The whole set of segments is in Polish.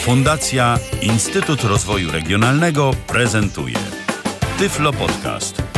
Fundacja Instytut Rozwoju Regionalnego prezentuje Tyflo Podcast.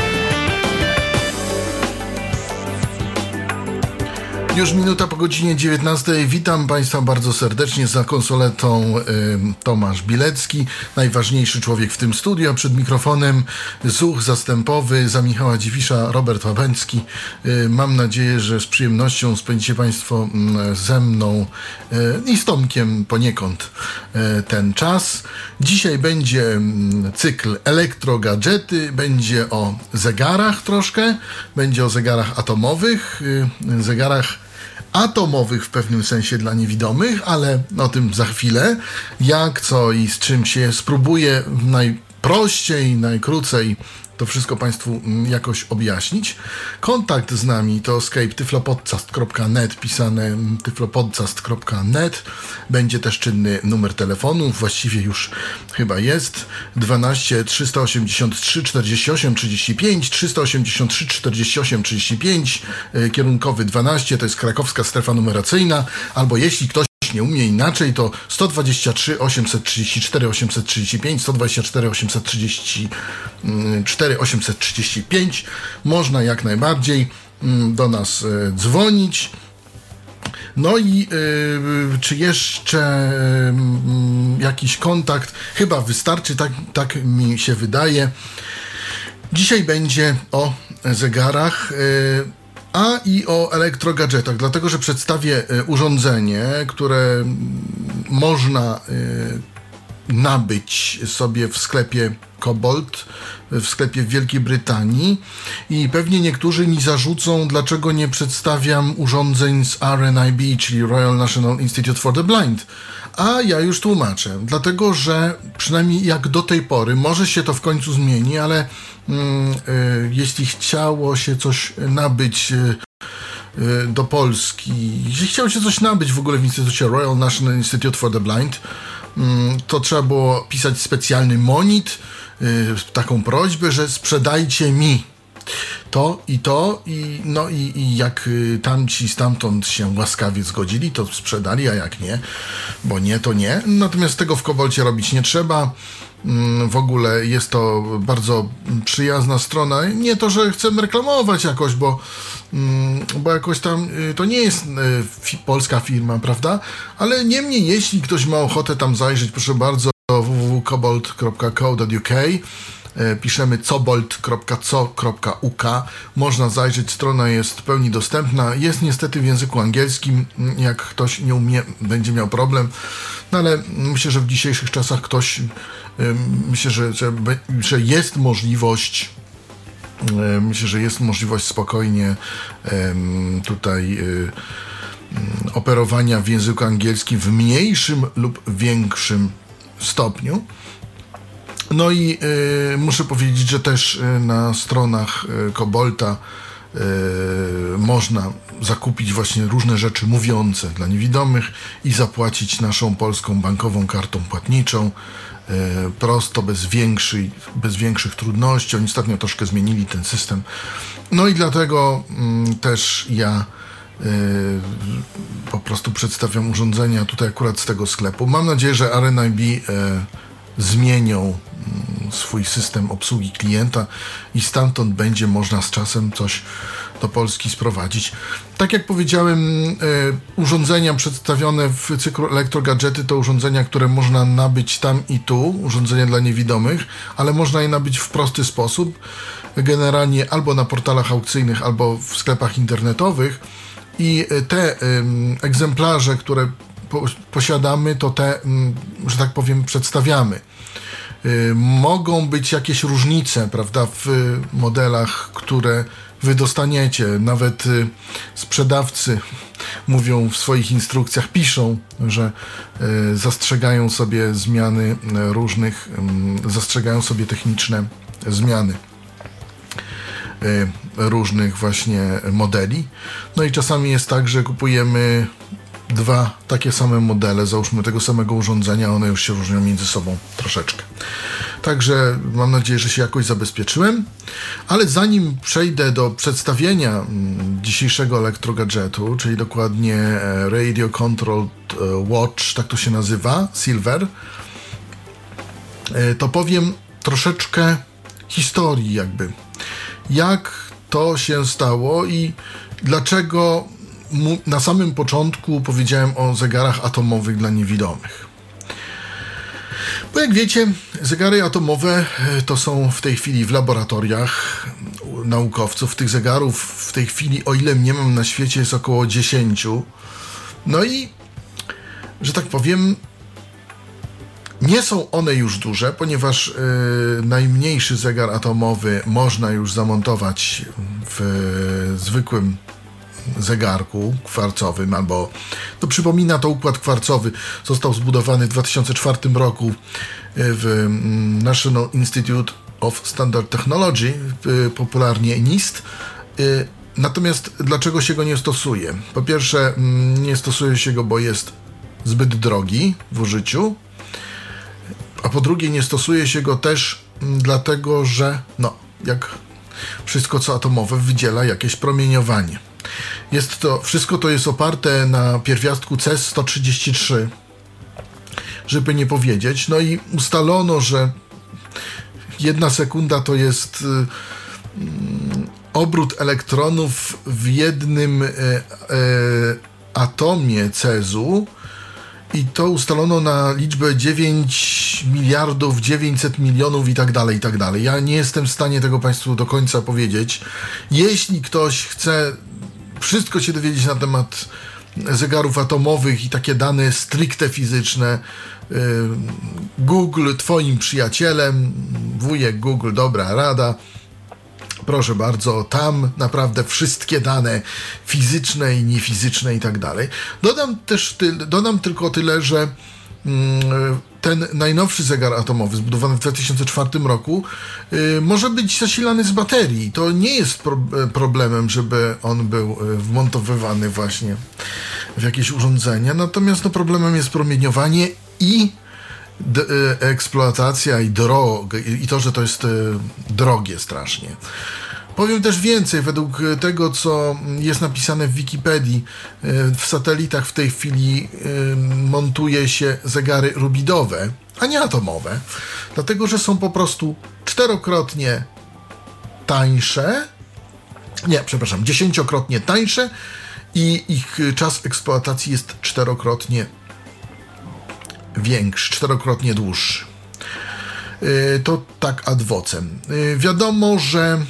Już minuta po godzinie 19. Witam Państwa bardzo serdecznie. Za konsoletą Tomasz Bilecki, najważniejszy człowiek w tym studiu, a przed mikrofonem słuch zastępowy za Michała Dziwisza, Robert Łabęcki. Mam nadzieję, że z przyjemnością spędzicie Państwo ze mną i z Tomkiem poniekąd ten czas. Dzisiaj będzie cykl elektrogadżety, będzie o zegarach troszkę, będzie o zegarach atomowych, w pewnym sensie dla niewidomych, ale o tym za chwilę. Jak, co i z czym się spróbuję najprościej, najkrócej to wszystko Państwu jakoś objaśnić. Kontakt z nami to Skype tyflopodcast.net, pisane tyflopodcast.net. Będzie też czynny numer telefonu, właściwie już chyba jest 12 383 48 35, 383 48 35, kierunkowy 12, to jest krakowska strefa numeracyjna, albo jeśli ktoś nie umie inaczej, to 123 834 835, 124 834 835. Można jak najbardziej do nas dzwonić. No i czy jeszcze jakiś kontakt? Chyba wystarczy, tak mi się wydaje. Dzisiaj będzie o zegarach, a i o elektrogadżetach, dlatego że przedstawię urządzenie, które można nabyć sobie w sklepie Cobolt, w sklepie w Wielkiej Brytanii, i pewnie niektórzy mi zarzucą, dlaczego nie przedstawiam urządzeń z RNIB, czyli Royal National Institute for the Blind. A ja już tłumaczę, dlatego że przynajmniej jak do tej pory, może się to w końcu zmieni, ale jeśli chciało się coś nabyć do Polski, jeśli chciało się coś nabyć w ogóle w Instytucie Royal National Institute for the Blind, to trzeba było pisać specjalny monit, taką prośbę, że sprzedajcie mi to i to, i jak tamci stamtąd się łaskawie zgodzili, to sprzedali, a jak nie, bo nie, to nie. Natomiast tego w Cobolcie robić nie trzeba. W ogóle jest to bardzo przyjazna strona. Nie to, że chcemy reklamować jakoś, bo jakoś tam to nie jest polska firma, prawda? Ale niemniej, jeśli ktoś ma ochotę tam zajrzeć, proszę bardzo, www.cobolt.co.uk, piszemy cobolt.co.uk, można zajrzeć, strona jest w pełni dostępna, jest niestety w języku angielskim, jak ktoś nie umie, będzie miał problem, no ale myślę, że w dzisiejszych czasach myślę, że jest możliwość, spokojnie tutaj operowania w języku angielskim w mniejszym lub większym stopniu. No i muszę powiedzieć, że też na stronach Cobolta można zakupić właśnie różne rzeczy mówiące dla niewidomych i zapłacić naszą polską bankową kartą płatniczą prosto, bez większych trudności. Oni ostatnio troszkę zmienili ten system. No i dlatego też ja po prostu przedstawiam urządzenia tutaj akurat z tego sklepu. Mam nadzieję, że RNIB zmienią swój system obsługi klienta i stamtąd będzie można z czasem coś do Polski sprowadzić. Tak jak powiedziałem, urządzenia przedstawione w cyklu elektrogadżety to urządzenia, które można nabyć tam i tu, urządzenia dla niewidomych, ale można je nabyć w prosty sposób, generalnie albo na portalach aukcyjnych, albo w sklepach internetowych, i te egzemplarze, które posiadamy, to te, że tak powiem, przedstawiamy. Mogą być jakieś różnice, prawda, w modelach, które wy dostaniecie. Nawet sprzedawcy mówią w swoich instrukcjach, piszą, że zastrzegają sobie zmiany zastrzegają sobie techniczne zmiany różnych właśnie modeli. No i czasami jest tak, że kupujemy dwa takie same modele, załóżmy tego samego urządzenia, one już się różnią między sobą troszeczkę. Także mam nadzieję, że się jakoś zabezpieczyłem. Ale zanim przejdę do przedstawienia dzisiejszego elektrogadżetu, czyli dokładnie Radio Controlled Watch, tak to się nazywa, Silver, to powiem troszeczkę historii jakby. Jak to się stało i dlaczego na samym początku powiedziałem o zegarach atomowych dla niewidomych. Bo jak wiecie, zegary atomowe to są w tej chwili w laboratoriach naukowców. Tych zegarów w tej chwili, o ile mniemam, na świecie jest około 10. No i, że tak powiem, nie są one już duże, ponieważ najmniejszy zegar atomowy można już zamontować w zwykłym zegarku kwarcowym, albo to przypomina to układ kwarcowy. Został zbudowany w 2004 roku w National Institute of Standard Technology, popularnie NIST. Natomiast dlaczego się go nie stosuje? Po pierwsze, nie stosuje się go, bo jest zbyt drogi w użyciu, a po drugie nie stosuje się go też dlatego, że jak wszystko co atomowe wydziela jakieś promieniowanie. Wszystko to jest oparte na pierwiastku CES-133, żeby nie powiedzieć. No i ustalono, że 1 sekunda to jest obrót elektronów w jednym atomie CES-u i to ustalono na liczbę 9 miliardów 900 milionów i tak dalej. Ja nie jestem w stanie tego Państwu do końca powiedzieć. Jeśli ktoś chce wszystko się dowiedzieć na temat zegarów atomowych i takie dane stricte fizyczne, Google twoim przyjacielem, wujek Google, dobra rada. Proszę bardzo, tam naprawdę wszystkie dane fizyczne i niefizyczne i tak dalej. Dodam tylko tyle, że ten najnowszy zegar atomowy, zbudowany w 2004 roku, może być zasilany z baterii. To nie jest problemem, żeby on był wmontowywany właśnie w jakieś urządzenia. Natomiast problemem jest promieniowanie i eksploatacja i to, że to jest drogie strasznie. Powiem też więcej, według tego, co jest napisane w Wikipedii, w satelitach w tej chwili montuje się zegary rubidowe, a nie atomowe, dlatego, że są po prostu 4-krotnie tańsze, 10-krotnie tańsze i ich czas eksploatacji jest 4-krotnie większy, 4-krotnie dłuższy. To tak ad vocem. Wiadomo, że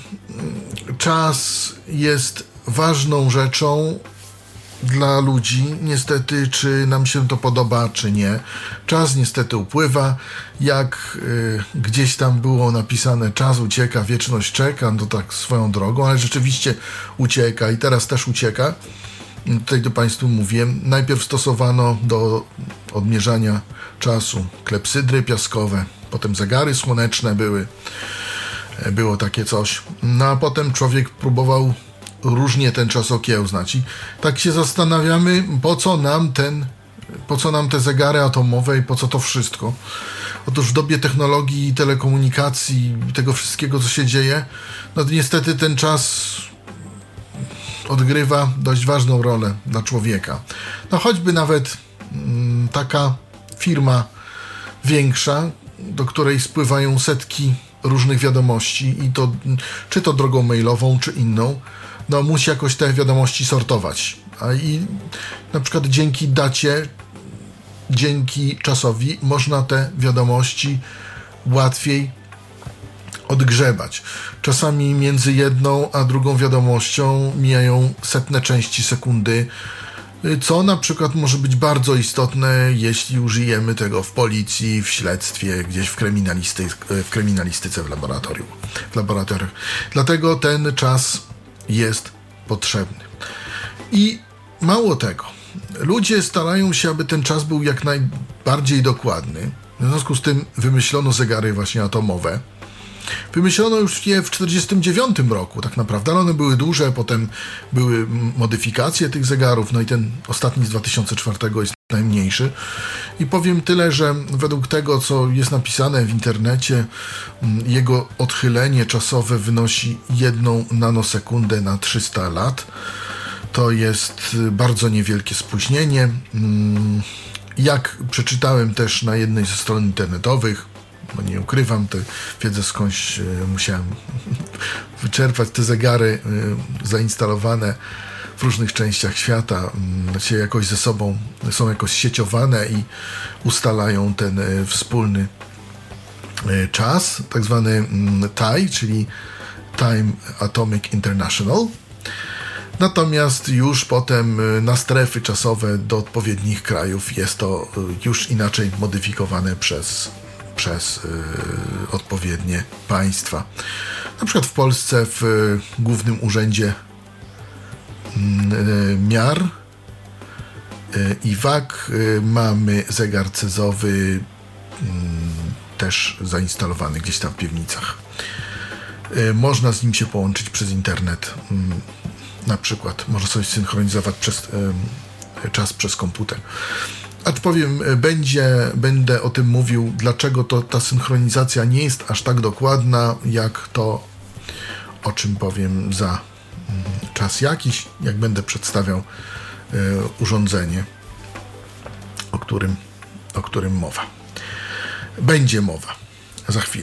czas jest ważną rzeczą dla ludzi, niestety, czy nam się to podoba, czy nie. Czas niestety upływa, jak gdzieś tam było napisane, czas ucieka, wieczność czeka, to tak swoją drogą, ale rzeczywiście ucieka i teraz też ucieka. Tutaj do Państwu mówię, najpierw stosowano do odmierzania czasu klepsydry piaskowe, potem zegary słoneczne było takie coś. No a potem człowiek próbował różnie ten czas okiełznać i tak się zastanawiamy, po co nam te zegary atomowe i po co to wszystko. Otóż w dobie technologii, telekomunikacji, tego wszystkiego, co się dzieje, to niestety ten czas odgrywa dość ważną rolę dla człowieka. Choćby nawet taka firma większa, do której spływają setki różnych wiadomości i to, czy to drogą mailową, czy inną, musi jakoś te wiadomości sortować. I na przykład dzięki dacie, dzięki czasowi można te wiadomości łatwiej odgrzebać. Czasami między jedną a drugą wiadomością mijają setne części sekundy, co na przykład może być bardzo istotne, jeśli użyjemy tego w policji, w śledztwie, gdzieś w kryminalistyce w laboratoriach. Dlatego ten czas jest potrzebny. I mało tego, ludzie starają się, aby ten czas był jak najbardziej dokładny. W związku z tym wymyślono zegary właśnie atomowe. Wymyślono już je w 1949 roku, tak naprawdę, ale one były duże, potem były modyfikacje tych zegarów, i ten ostatni z 2004 jest najmniejszy. I powiem tyle, że według tego, co jest napisane w internecie, jego odchylenie czasowe wynosi 1 nanosekundę na 300 lat. To jest bardzo niewielkie spóźnienie. Jak przeczytałem też na jednej ze stron internetowych, bo nie ukrywam, tę wiedzę skądś musiałem wyczerpać, te zegary zainstalowane w różnych częściach świata się jakoś ze sobą są jakoś sieciowane i ustalają ten wspólny czas, tak zwany TIE, czyli Time Atomic International. Natomiast już potem na strefy czasowe do odpowiednich krajów jest to już inaczej modyfikowane przez odpowiednie państwa. Na przykład w Polsce w Głównym Urzędzie Miar i Wag mamy zegar cezowy też zainstalowany gdzieś tam w piwnicach. Można z nim się połączyć przez internet. Na przykład można sobie synchronizować czas przez komputer. Acz powiem, będę o tym mówił, dlaczego ta synchronizacja nie jest aż tak dokładna, jak to, o czym powiem za czas jakiś, jak będę przedstawiał urządzenie, o którym mowa. Będzie mowa za chwilę.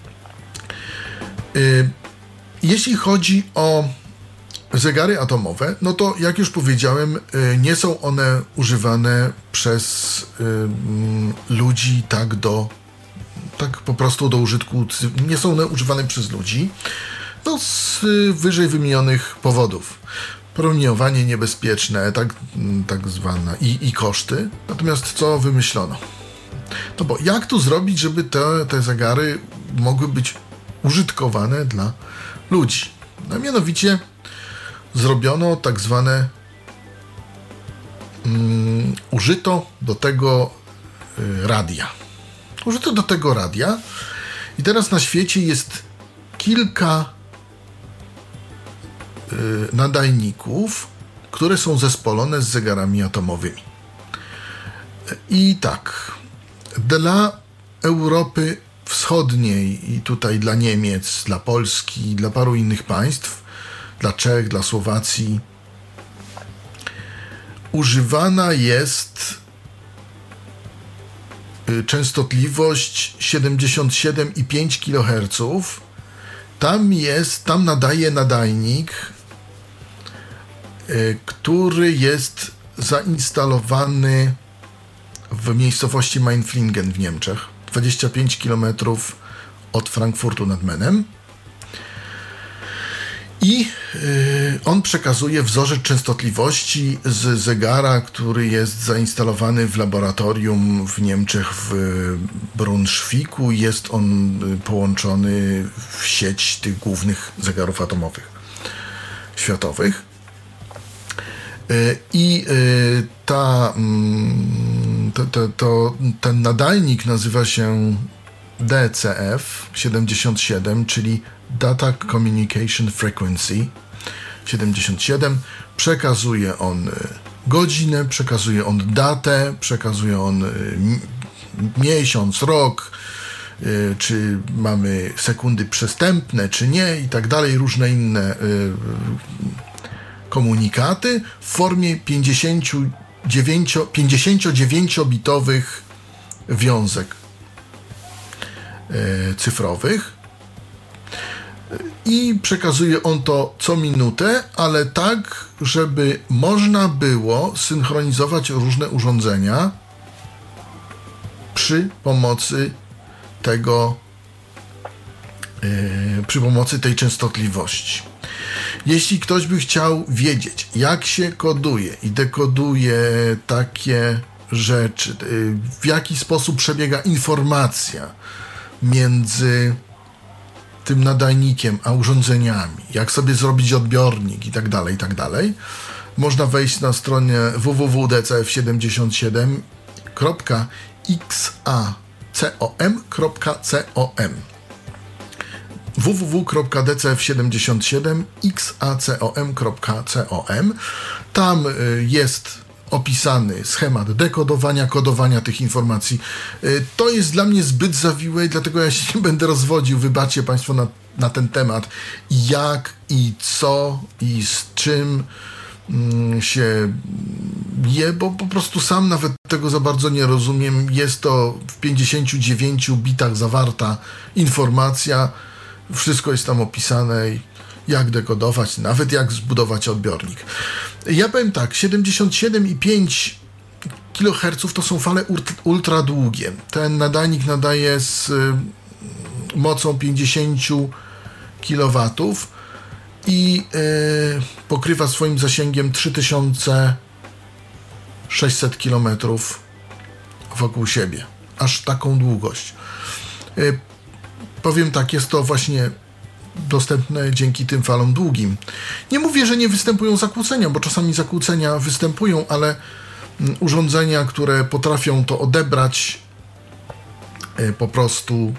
Jeśli chodzi o zegary atomowe, no to jak już powiedziałem, nie są one używane przez ludzi tak po prostu do użytku, nie są one używane przez ludzi, no z wyżej wymienionych powodów. Promieniowanie niebezpieczne, tak zwane i koszty. Natomiast co wymyślono? No bo jak tu zrobić, żeby te zegary mogły być użytkowane dla ludzi? No mianowicie zrobiono tak zwane użyto do tego radia. Użyto do tego radia i teraz na świecie jest kilka nadajników, które są zespolone z zegarami atomowymi. I tak, dla Europy Wschodniej i tutaj dla Niemiec, dla Polski, dla paru innych państw, dla Czech, dla Słowacji, używana jest częstotliwość 77,5 kHz. Tam nadaje nadajnik, który jest zainstalowany w miejscowości Mainflingen w Niemczech, 25 km od Frankfurtu nad Menem. I on przekazuje wzorzec częstotliwości z zegara, który jest zainstalowany w laboratorium w Niemczech w Braunschweigu. Jest on połączony w sieć tych głównych zegarów atomowych światowych. I ten nadajnik nazywa się DCF-77, czyli Data Communication Frequency 77. Przekazuje on godzinę, przekazuje on datę, przekazuje on miesiąc, rok, czy mamy sekundy przestępne, czy nie i tak dalej, różne inne komunikaty w formie 59-bitowych wiązek cyfrowych i przekazuje on to co minutę, ale tak, żeby można było synchronizować różne urządzenia przy pomocy tej częstotliwości. Jeśli ktoś by chciał wiedzieć, jak się koduje i dekoduje takie rzeczy, w jaki sposób przebiega informacja między tym nadajnikiem a urządzeniami, jak sobie zrobić odbiornik i tak dalej, można wejść na stronę www.dcf77.xacom.com www.dcf77xacom.com. Tam jest opisany schemat dekodowania, kodowania tych informacji. To jest dla mnie zbyt zawiłe i dlatego ja się nie będę rozwodził, wybaczcie Państwo, na ten temat, jak i co i z czym się je, bo po prostu sam nawet tego za bardzo nie rozumiem. Jest to w 59 bitach zawarta informacja, wszystko jest tam opisane, jak dekodować, nawet jak zbudować odbiornik. Ja powiem tak, 77,5 kHz to są fale ultra długie. Ten nadajnik nadaje z mocą 50 kW i pokrywa swoim zasięgiem 3600 km wokół siebie. Aż taką długość. Powiem tak, jest to właśnie dostępne dzięki tym falom długim. Nie mówię, że nie występują zakłócenia, bo czasami zakłócenia występują, ale urządzenia, które potrafią to odebrać, po prostu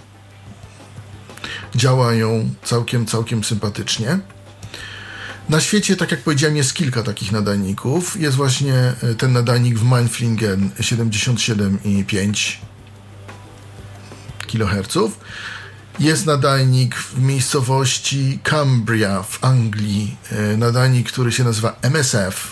działają całkiem sympatycznie. Na świecie, tak jak powiedziałem, jest kilka takich nadajników. Jest właśnie ten nadajnik w Mainflingen 77,5 kHz. Jest nadajnik w miejscowości Cumbria w Anglii, nadajnik, który się nazywa MSF,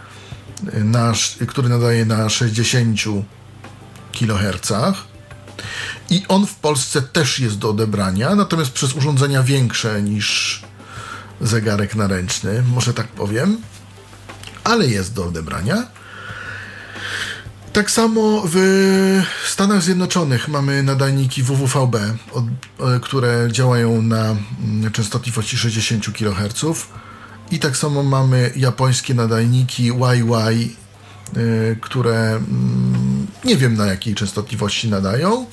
który nadaje na 60 kHz. I on w Polsce też jest do odebrania, natomiast przez urządzenia większe niż zegarek naręczny, może tak powiem, ale jest do odebrania. Tak samo w Stanach Zjednoczonych mamy nadajniki wwVB, które działają na częstotliwości 60 kHz i tak samo mamy japońskie nadajniki YY, które nie wiem na jakiej częstotliwości nadają.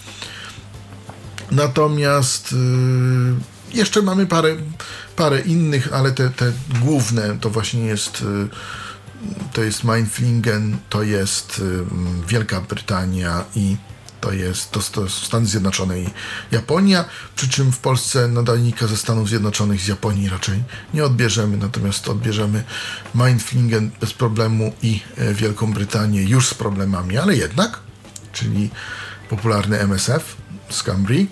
Natomiast jeszcze mamy parę innych, ale te główne to właśnie jest Mainflingen, to jest Wielka Brytania i to Stany Zjednoczone i Japonia, przy czym w Polsce nadajnika ze Stanów Zjednoczonych z Japonii raczej nie odbierzemy, natomiast odbierzemy Mainflingen bez problemu i Wielką Brytanię już z problemami, ale jednak, czyli popularny MSF z Cambrii.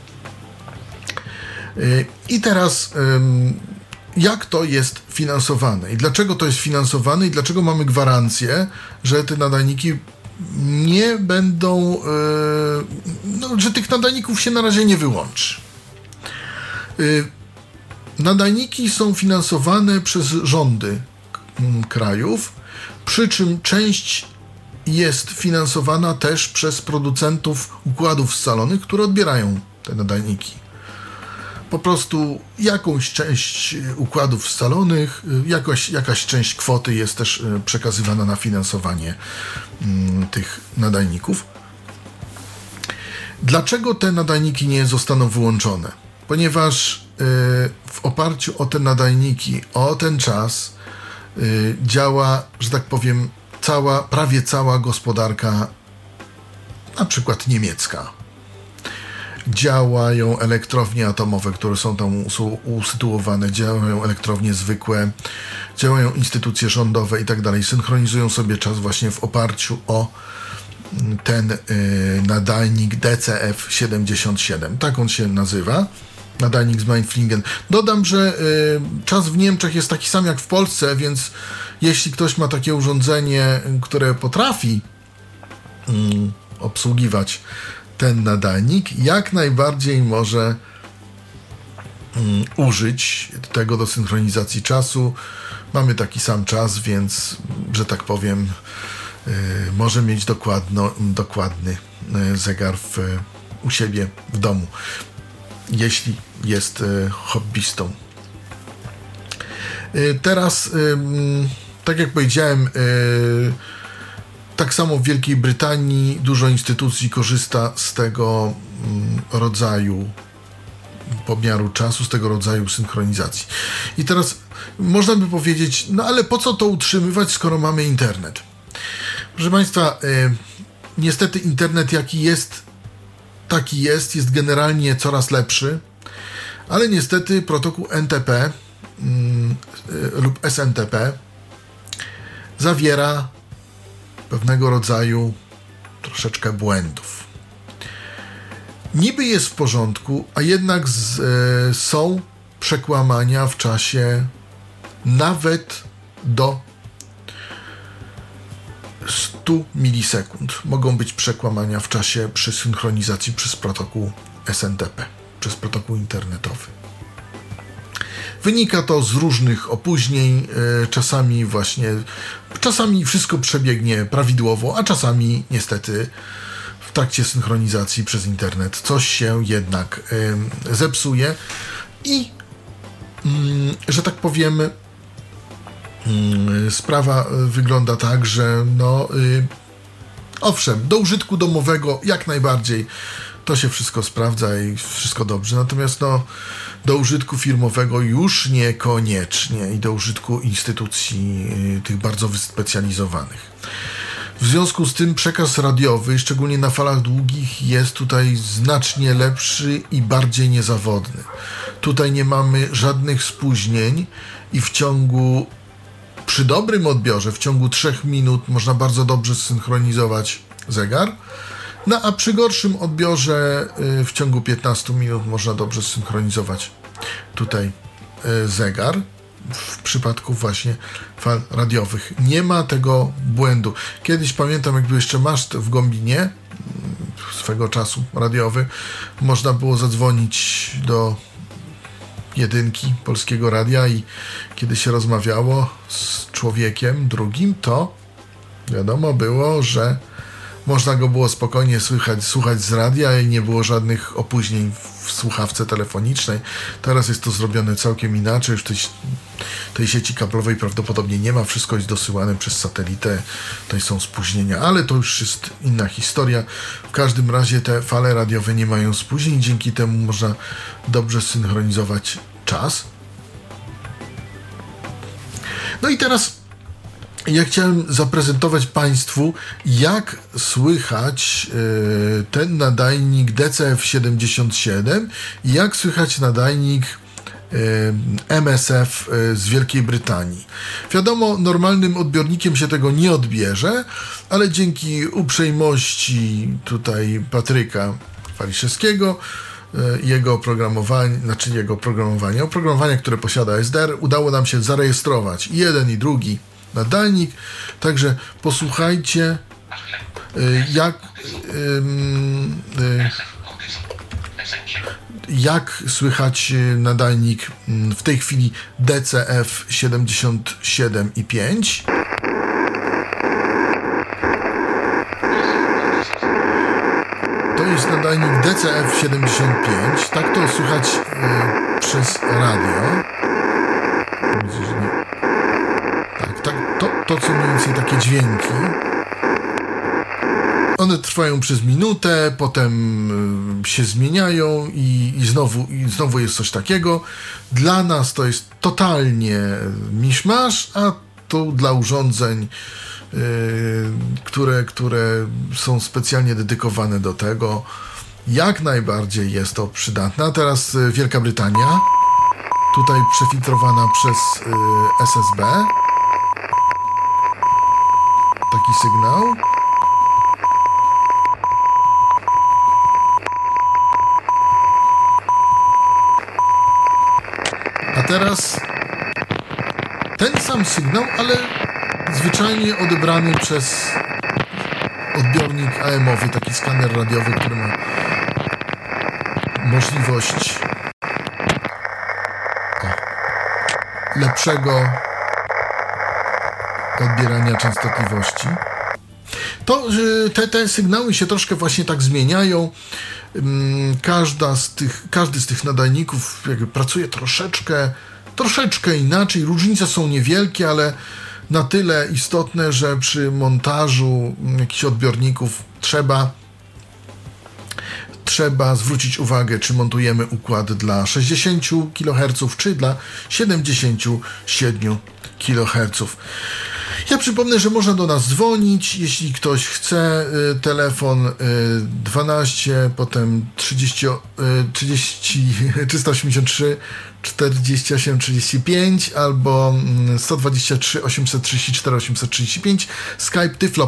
I teraz jak to jest finansowane i dlaczego to jest finansowane i dlaczego mamy gwarancję, że te nadajniki nie będą, że tych nadajników się na razie nie wyłączy. Nadajniki są finansowane przez rządy krajów, przy czym część jest finansowana też przez producentów układów scalonych, które odbierają te nadajniki. Po prostu jakąś część układów scalonych, jakaś część kwoty jest też przekazywana na finansowanie tych nadajników. Dlaczego te nadajniki nie zostaną wyłączone? Ponieważ w oparciu o te nadajniki, o ten czas działa, że tak powiem, prawie cała gospodarka, na przykład niemiecka. Działają elektrownie atomowe, które są tam usytuowane, działają elektrownie zwykłe, działają instytucje rządowe i tak dalej. Synchronizują sobie czas właśnie w oparciu o ten nadajnik DCF-77. Tak on się nazywa, nadajnik z Mainflingen. Dodam, że czas w Niemczech jest taki sam jak w Polsce, więc jeśli ktoś ma takie urządzenie, które potrafi obsługiwać ten nadajnik, jak najbardziej może użyć tego do synchronizacji czasu. Mamy taki sam czas, więc, że tak powiem, może mieć dokładny zegar u siebie w domu, jeśli jest hobbystą. Teraz, tak jak powiedziałem, tak samo w Wielkiej Brytanii dużo instytucji korzysta z tego rodzaju pomiaru czasu, z tego rodzaju synchronizacji. I teraz można by powiedzieć, no ale po co to utrzymywać, skoro mamy internet? Proszę Państwa, niestety internet taki jest generalnie coraz lepszy, ale niestety protokół NTP lub SMTP zawiera pewnego rodzaju troszeczkę błędów. Niby jest w porządku, a jednak są przekłamania w czasie nawet do 100 milisekund. Mogą być przekłamania w czasie przy synchronizacji przez protokół SNTP, przez protokół internetowy. Wynika to z różnych opóźnień, czasami wszystko przebiegnie prawidłowo, a czasami niestety w trakcie synchronizacji przez internet coś się jednak zepsuje i, że tak powiem, sprawa wygląda tak, że owszem, do użytku domowego jak najbardziej to się wszystko sprawdza i wszystko dobrze, natomiast do użytku firmowego już niekoniecznie i do użytku instytucji tych bardzo wyspecjalizowanych. W związku z tym przekaz radiowy, szczególnie na falach długich, jest tutaj znacznie lepszy i bardziej niezawodny. Tutaj nie mamy żadnych spóźnień i przy dobrym odbiorze w ciągu 3 minut można bardzo dobrze zsynchronizować zegar, a przy gorszym odbiorze w ciągu 15 minut można dobrze zsynchronizować tutaj zegar. W przypadku właśnie fal radiowych nie ma tego błędu. Kiedyś pamiętam, jak był jeszcze maszt w Gombinie, swego czasu radiowy, można było zadzwonić do 1 Polskiego Radia i kiedy się rozmawiało z człowiekiem drugim, to wiadomo było, że można go było spokojnie słuchać z radia i nie było żadnych opóźnień w słuchawce telefonicznej. Teraz jest to zrobione całkiem inaczej. Już tej sieci kablowej prawdopodobnie nie ma. Wszystko jest dosyłane przez satelitę. Tutaj są spóźnienia, ale to już jest inna historia. W każdym razie te fale radiowe nie mają spóźnień. Dzięki temu można dobrze synchronizować czas. No i teraz ja chciałem zaprezentować Państwu, jak słychać ten nadajnik DCF-77 i jak słychać nadajnik MSF z Wielkiej Brytanii. Wiadomo, normalnym odbiornikiem się tego nie odbierze, ale dzięki uprzejmości tutaj Patryka Waliszewskiego, oprogramowania, które posiada SDR, udało nam się zarejestrować i jeden i drugi nadajnik, także posłuchajcie jak słychać nadajnik w tej chwili DCF 77,5. To jest nadajnik DCF 75, tak to słychać przez radio. Widzę, że nie. To co mniej więcej takie dźwięki. One trwają przez minutę, potem się zmieniają i znowu jest coś takiego. Dla nas to jest totalnie miszmasz, a tu dla urządzeń, które są specjalnie dedykowane do tego, jak najbardziej jest to przydatne. A teraz Wielka Brytania, tutaj przefiltrowana przez SSB. Taki sygnał. A teraz ten sam sygnał, ale zwyczajnie odebrany przez odbiornik AM-owy, taki skaner radiowy, który ma możliwość lepszego odbierania częstotliwości. To te sygnały się troszkę właśnie tak zmieniają. Każdy z tych nadajników jakby pracuje troszeczkę inaczej. Różnice są niewielkie, ale na tyle istotne, że przy montażu jakichś odbiorników trzeba zwrócić uwagę, czy montujemy układ dla 60 kHz, czy dla 77 kHz. Ja przypomnę, że można do nas dzwonić, jeśli ktoś chce. Telefon 12, potem 383 48 35 albo 123 834 835, Skype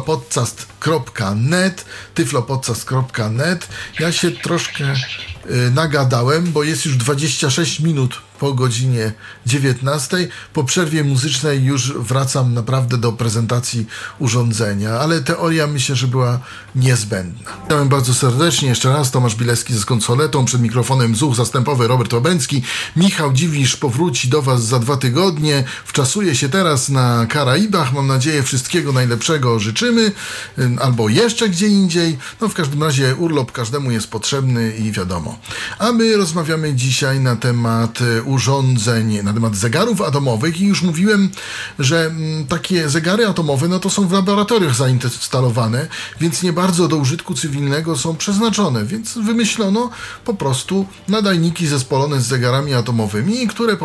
tyflopodcast.net. Ja się troszkę nagadałem, bo jest już 26 minut po godzinie 19. Po przerwie muzycznej już wracam naprawdę do prezentacji urządzenia, ale teoria myślę, że była niezbędna. Witam bardzo serdecznie jeszcze raz, Tomasz Bilecki z konsoletą, przed mikrofonem ZUCH zastępowy Robert Łabęcki. Michał Dziwisz powróci do Was za 2 tygodnie, wczasuje się teraz na Karaibach, mam nadzieję wszystkiego najlepszego życzymy, albo jeszcze gdzie indziej, no w każdym razie urlop każdemu jest potrzebny i wiadomo. A my rozmawiamy dzisiaj na temat urządzeń, na temat zegarów atomowych i już mówiłem, że takie zegary atomowe, no to są w laboratoriach zainstalowane, więc nie bardzo do użytku cywilnego są przeznaczone, więc wymyślono po prostu nadajniki zespolone z zegarami atomowymi, które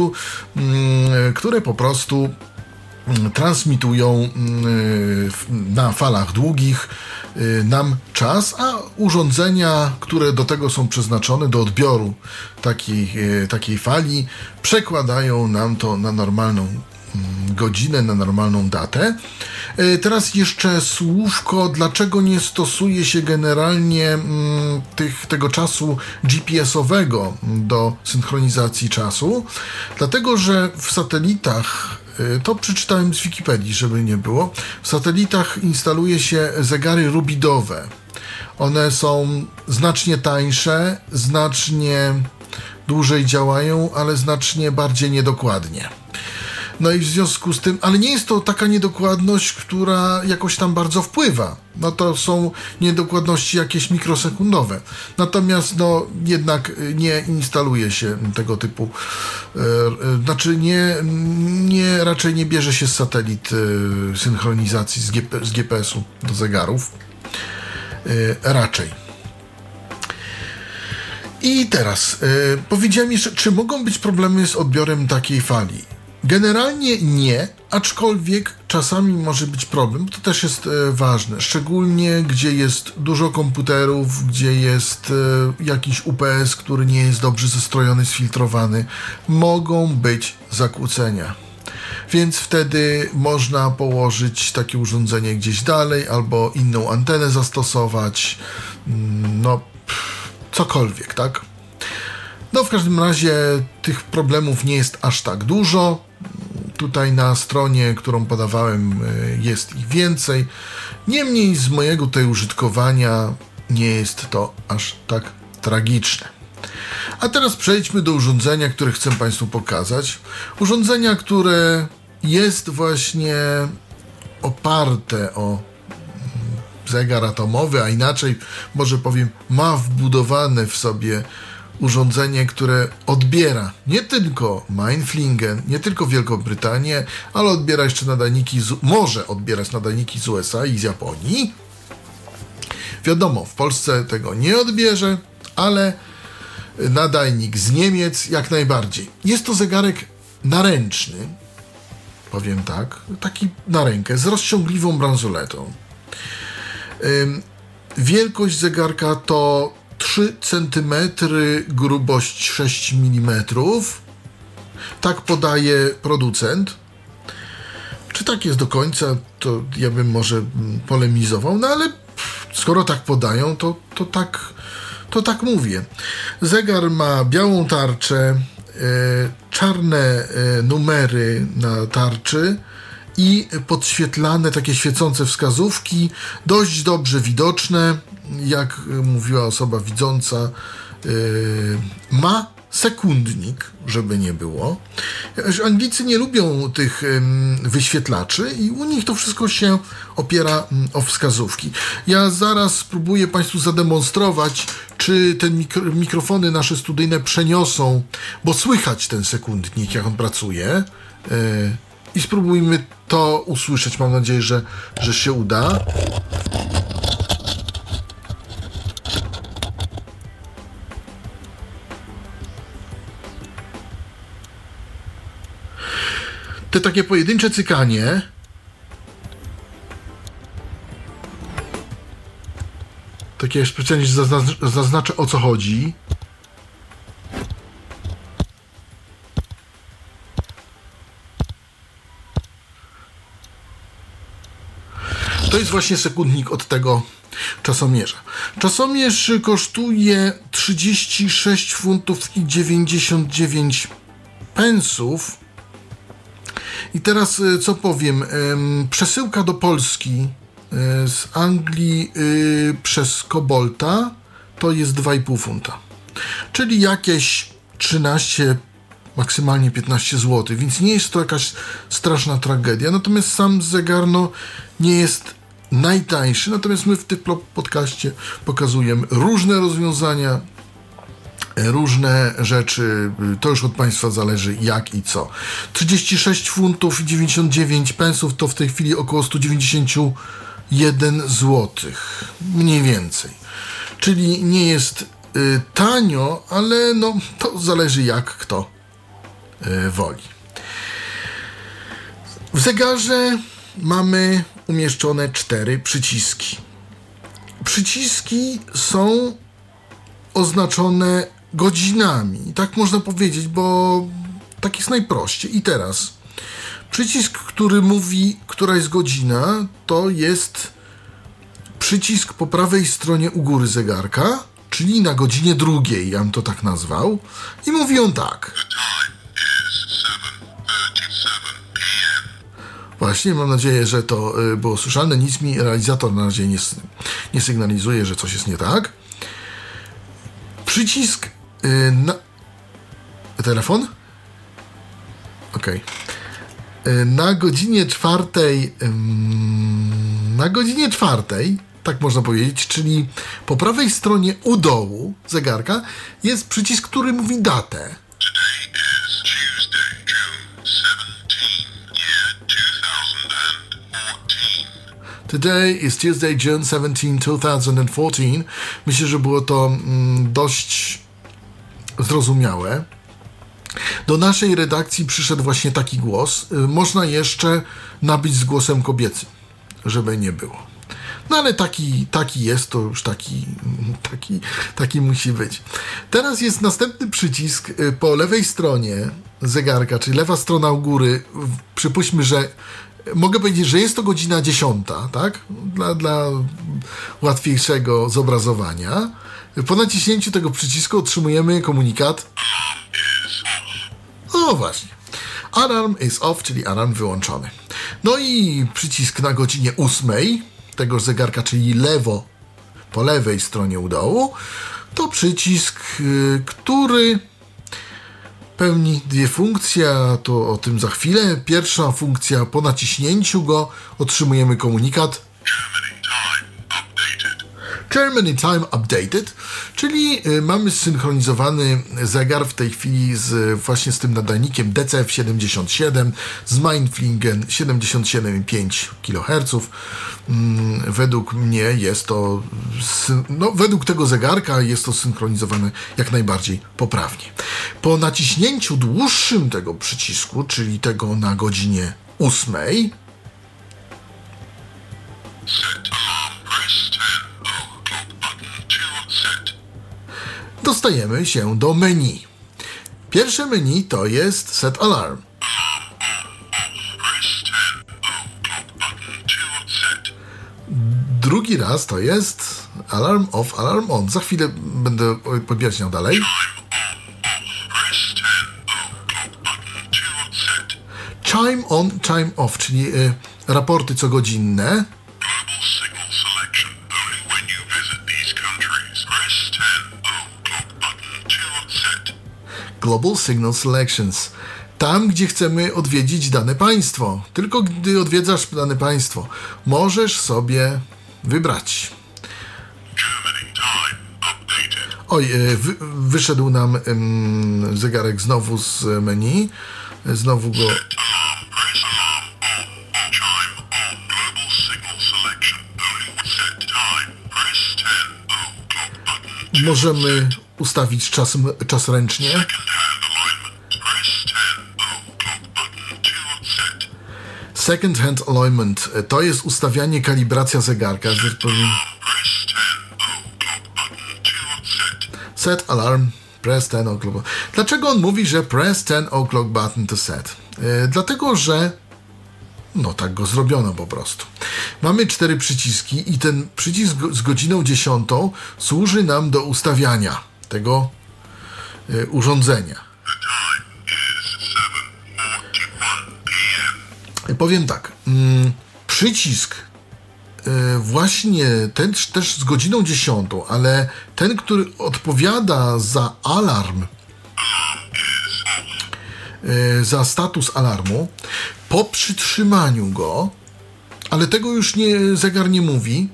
po prostu transmitują na falach długich nam czas, a urządzenia, które do tego są przeznaczone, do odbioru takiej fali, przekładają nam to na normalną godzinę, na normalną datę. Teraz jeszcze słówko, dlaczego nie stosuje się generalnie tego czasu GPS-owego do synchronizacji czasu. Dlatego, że w satelitach, to przeczytałem z Wikipedii, żeby nie było, w satelitach instaluje się zegary rubidowe. One są znacznie tańsze, znacznie dłużej działają, ale znacznie bardziej niedokładnie. No i w związku z tym, ale nie jest to taka niedokładność, która jakoś tam bardzo wpływa. No to są niedokładności jakieś mikrosekundowe. Natomiast no jednak nie instaluje się tego typu, raczej nie bierze się z satelit synchronizacji z GPS-u do zegarów. Raczej. I teraz powiedziałem jeszcze, czy mogą być problemy z odbiorem takiej fali? Generalnie nie, aczkolwiek czasami może być problem, to też jest ważne, szczególnie gdzie jest dużo komputerów, gdzie jest jakiś UPS, który nie jest dobrze zestrojony, sfiltrowany, mogą być zakłócenia. Więc wtedy można położyć takie urządzenie gdzieś dalej, albo inną antenę zastosować, cokolwiek, tak? No w każdym razie tych problemów nie jest aż tak dużo. Tutaj na stronie, którą podawałem, jest ich więcej. Niemniej z mojego tutaj użytkowania nie jest to aż tak tragiczne. A teraz przejdźmy do urządzenia, które chcę Państwu pokazać. Urządzenia, które jest właśnie oparte o zegar atomowy, a inaczej może powiem, ma wbudowane w sobie urządzenie, które odbiera nie tylko Mainflingen, nie tylko Wielką Brytanię, ale odbiera jeszcze nadajniki, może odbierać nadajniki z USA i z Japonii. Wiadomo, w Polsce tego nie odbierze, ale nadajnik z Niemiec jak najbardziej. Jest to zegarek naręczny, powiem tak, taki na rękę, z rozciągliwą bransoletą. Wielkość zegarka to 3 cm, grubość 6 mm. Tak podaje producent. Czy tak jest do końca, to ja bym może polemizował, no ale skoro tak podają, to tak mówię. Zegar ma białą tarczę, czarne numery na tarczy i podświetlane takie świecące wskazówki, dość dobrze widoczne, jak mówiła osoba widząca, ma sekundnik, żeby nie było. Anglicy nie lubią tych wyświetlaczy i u nich to wszystko się opiera o wskazówki. Ja zaraz spróbuję Państwu zademonstrować, czy te mikrofony nasze studyjne przeniosą, bo słychać ten sekundnik, jak on pracuje. I spróbujmy to usłyszeć. Mam nadzieję, że się uda. Te takie pojedyncze cykanie Takie specjalnie zaznaczę, o co chodzi. To jest właśnie sekundnik od tego czasomierza. Czasomierz kosztuje 36 funtów i 99 pensów. I teraz co powiem? Przesyłka do Polski z Anglii przez Cobolta to jest 2,5 funta. Czyli jakieś 13, maksymalnie 15 zł, więc nie jest to jakaś straszna tragedia. Natomiast sam zegar nie jest najtańszy, natomiast my w tym podcaście pokazujemy różne rozwiązania, różne rzeczy, to już od Państwa zależy jak i co. 36 funtów i 99 pensów to w tej chwili około 191 zł, mniej więcej. Czyli nie jest tanio, ale to zależy jak kto woli. W zegarze mamy umieszczone 4 przyciski. Przyciski są oznaczone godzinami. Tak można powiedzieć, bo tak jest najprościej. I teraz przycisk, który mówi, która jest godzina, to jest przycisk po prawej stronie u góry zegarka, czyli na godzinie 2, ja bym to tak nazwał. I mówi on tak. Właśnie, mam nadzieję, że to było słyszalne. Nic mi realizator na razie nie sygnalizuje, że coś jest nie tak. Przycisk na... Telefon? Okej. Na godzinie 4... Na godzinie 4, tak można powiedzieć, czyli po prawej stronie u dołu zegarka jest przycisk, który mówi datę. Today is Tuesday, June 17, 2014. Myślę, że było to dość zrozumiałe. Do naszej redakcji przyszedł właśnie taki głos. Można jeszcze nabyć z głosem kobiecym, żeby nie było. No ale taki jest, to już taki musi być. Teraz jest następny przycisk po lewej stronie zegarka, czyli lewa strona u góry. Przypuśćmy, że mogę powiedzieć, że jest to godzina 10, tak? Dla łatwiejszego zobrazowania. Po naciśnięciu tego przycisku otrzymujemy komunikat. O właśnie. Alarm is off, czyli alarm wyłączony. No i przycisk na godzinie 8 tego zegarka, czyli po lewej stronie u dołu, to przycisk, który pełni 2 funkcje, a to o tym za chwilę. Pierwsza funkcja, po naciśnięciu go otrzymujemy komunikat Germany Time Updated, czyli mamy zsynchronizowany zegar w tej chwili właśnie z tym nadajnikiem DCF77 z Mainfliegen 77,5 kHz. Według mnie jest to, według tego zegarka jest to synchronizowane jak najbardziej poprawnie. Po naciśnięciu dłuższym tego przycisku, czyli tego na godzinie 8, dostajemy się do menu. Pierwsze menu to jest Set Alarm. Drugi raz to jest Alarm Off, Alarm On. Za chwilę będę podjaśniał dalej. Chime On, Chime Off, czyli raporty cogodzinne. Global Signal Selections. Tam, gdzie chcemy odwiedzić dane państwo. Tylko gdy odwiedzasz dane państwo, możesz sobie wybrać. Oj, wyszedł nam zegarek znowu z menu. Znowu go... Możemy ustawić czas ręcznie. Second Hand Alignment to jest ustawianie, kalibracja zegarka. Set alarm, press 10 o'clock. Dlaczego on mówi, że press 10 o'clock button to set? Dlatego, że no tak go zrobiono po prostu. Mamy 4 przyciski i ten przycisk z godziną 10 służy nam do ustawiania tego urządzenia. Powiem tak, przycisk właśnie ten też z godziną 10, ale ten, który odpowiada za alarm, za status alarmu, po przytrzymaniu go, ale tego już zegar nie mówi,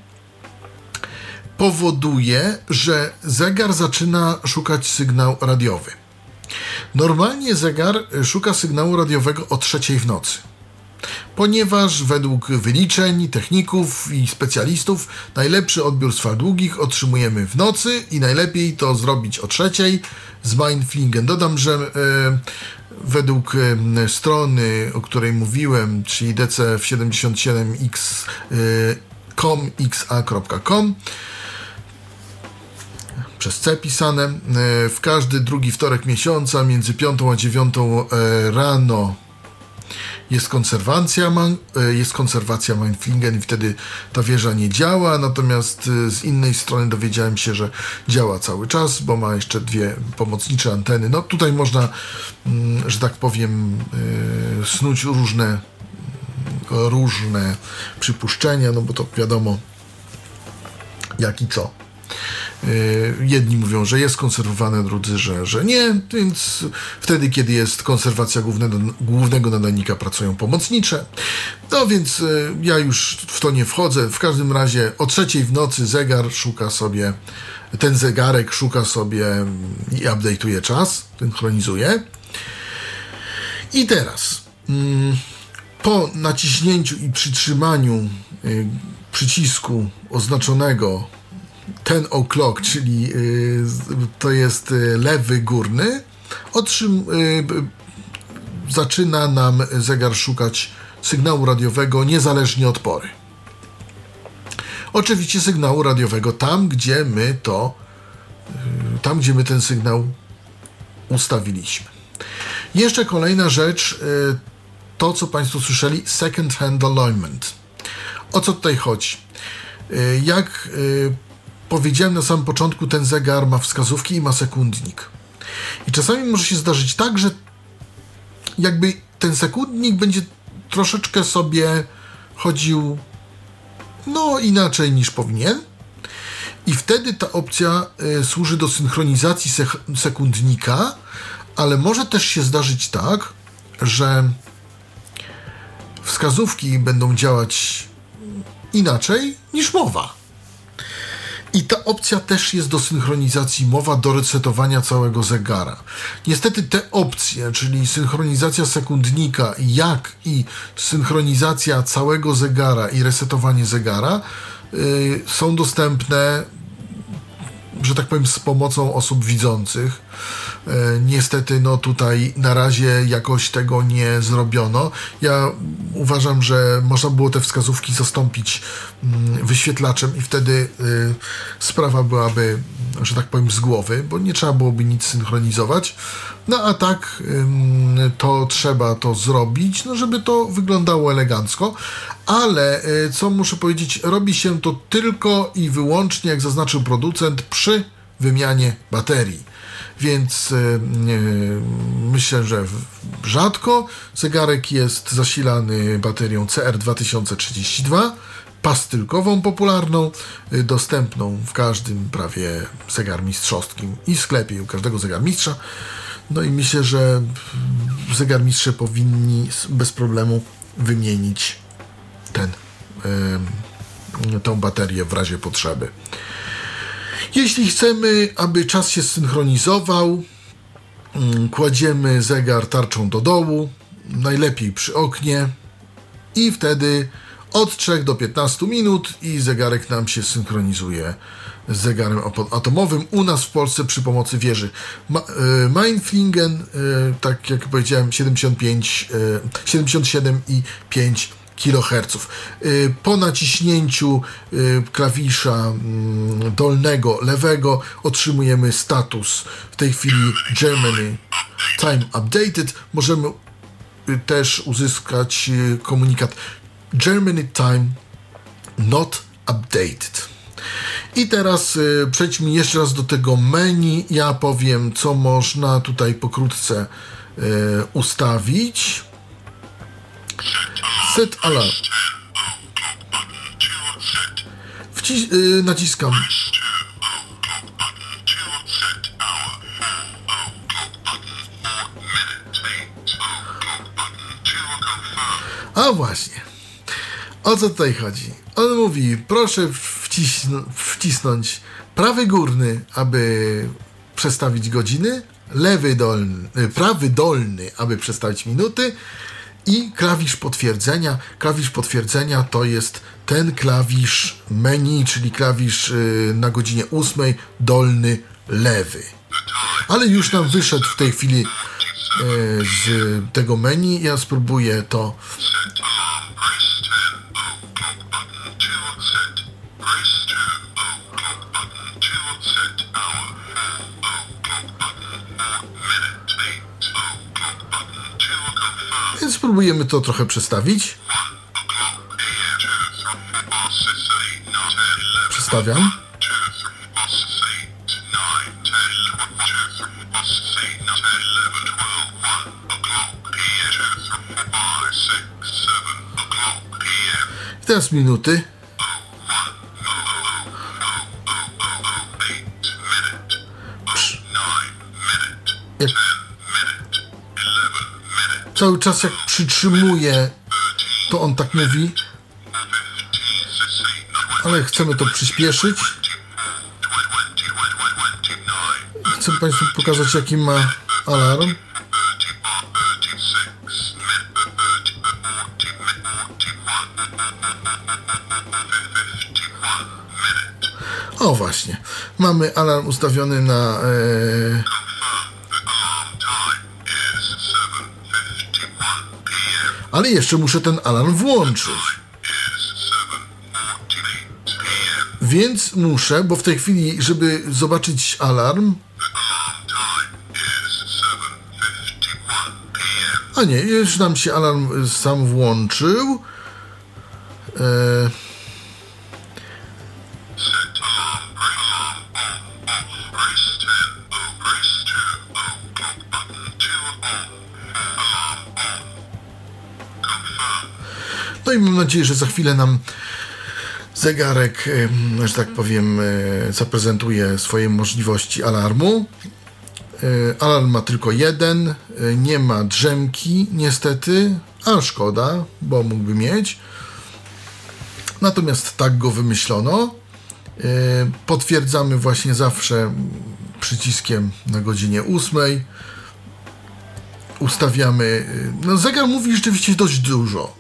powoduje, że zegar zaczyna szukać sygnał radiowy. Normalnie zegar szuka sygnału radiowego o 3 w nocy. Ponieważ według wyliczeń techników i specjalistów najlepszy odbiór z fal długich otrzymujemy w nocy i najlepiej to zrobić o 3 z Mainflingen. Dodam, że według strony, o której mówiłem, czyli dcf77x.com, przez C pisane, w każdy drugi wtorek miesiąca między 5 a 9 rano jest konserwacja Mainflingen i wtedy ta wieża nie działa, natomiast z innej strony dowiedziałem się, że działa cały czas, bo ma jeszcze 2 pomocnicze anteny. No tutaj można, że tak powiem, snuć różne przypuszczenia, no bo to wiadomo jak i co. Jedni mówią, że jest konserwowane, drudzy, że nie, więc wtedy, kiedy jest konserwacja głównego nadajnika, pracują pomocnicze. No więc ja już w to nie wchodzę. W każdym razie o 3 w nocy ten zegarek szuka sobie i update'uje czas, synchronizuje. I teraz po naciśnięciu i przytrzymaniu przycisku oznaczonego 10 o'clock, czyli to jest lewy górny, zaczyna nam zegar szukać sygnału radiowego niezależnie od pory. Oczywiście sygnału radiowego tam, gdzie my ten sygnał ustawiliśmy. Jeszcze kolejna rzecz, to co Państwo słyszeli, second hand alignment. O co tutaj chodzi? Jak powiedziałem na samym początku, ten zegar ma wskazówki i ma sekundnik. I czasami może się zdarzyć tak, że jakby ten sekundnik będzie troszeczkę sobie chodził inaczej niż powinien. I wtedy ta opcja służy do synchronizacji sekundnika, ale może też się zdarzyć tak, że wskazówki będą działać inaczej niż mowa. I ta opcja też jest do synchronizacji mowa, do resetowania całego zegara. Niestety te opcje, czyli synchronizacja sekundnika, jak i synchronizacja całego zegara i resetowanie zegara są dostępne, że tak powiem, z pomocą osób widzących. Niestety, tutaj na razie jakoś tego nie zrobiono. Ja uważam, że można było te wskazówki zastąpić wyświetlaczem i wtedy sprawa byłaby, że tak powiem, z głowy, bo nie trzeba byłoby nic synchronizować. No a tak to trzeba to zrobić, żeby to wyglądało elegancko, ale co muszę powiedzieć, robi się to tylko i wyłącznie, jak zaznaczył producent, przy wymianie baterii. Więc myślę, że rzadko. Zegarek jest zasilany baterią CR2032, pastylkową, popularną, dostępną w każdym prawie zegarmistrzowskim i sklepie u każdego zegarmistrza. No i myślę, że zegarmistrze powinni bez problemu wymienić tą baterię w razie potrzeby. Jeśli chcemy, aby czas się synchronizował, kładziemy zegar tarczą do dołu, najlepiej przy oknie i wtedy od 3 do 15 minut i zegarek nam się synchronizuje z zegarem atomowym. U nas w Polsce przy pomocy wieży Mainflingen, tak jak powiedziałem, 77,5 kHz. Po naciśnięciu klawisza dolnego, lewego otrzymujemy status. W tej chwili Germany Time Updated. Możemy też uzyskać komunikat Germany Time Not Updated. I teraz przejdźmy jeszcze raz do tego menu. Ja powiem, co można tutaj pokrótce ustawić. Set alarm. Naciskam. A właśnie. O co tutaj chodzi? On mówi, proszę wcisnąć prawy górny, aby przestawić godziny, prawy dolny, aby przestawić minuty i klawisz potwierdzenia. Klawisz potwierdzenia to jest ten klawisz menu, czyli klawisz na godzinie 8, dolny, lewy. Ale już nam wyszedł w tej chwili z tego menu. Ja spróbuję to. Więc spróbujemy to trochę przestawić. Przestawiam. I teraz minuty. Cały czas jak przytrzymuję, to on tak mówi, ale chcemy to przyspieszyć. Chcę Państwu pokazać, jaki ma alarm. O właśnie, mamy alarm ustawiony na ale jeszcze muszę ten alarm włączyć. Więc muszę, bo w tej chwili, żeby zobaczyć alarm... A nie, już nam się alarm sam włączył. No i mam nadzieję, że za chwilę nam zegarek, że tak powiem, zaprezentuje swoje możliwości alarmu. Alarm ma tylko jeden, nie ma drzemki niestety, a szkoda, bo mógłby mieć. Natomiast tak go wymyślono. Potwierdzamy właśnie zawsze przyciskiem na godzinie 8. Ustawiamy, no zegar mówi rzeczywiście dość dużo.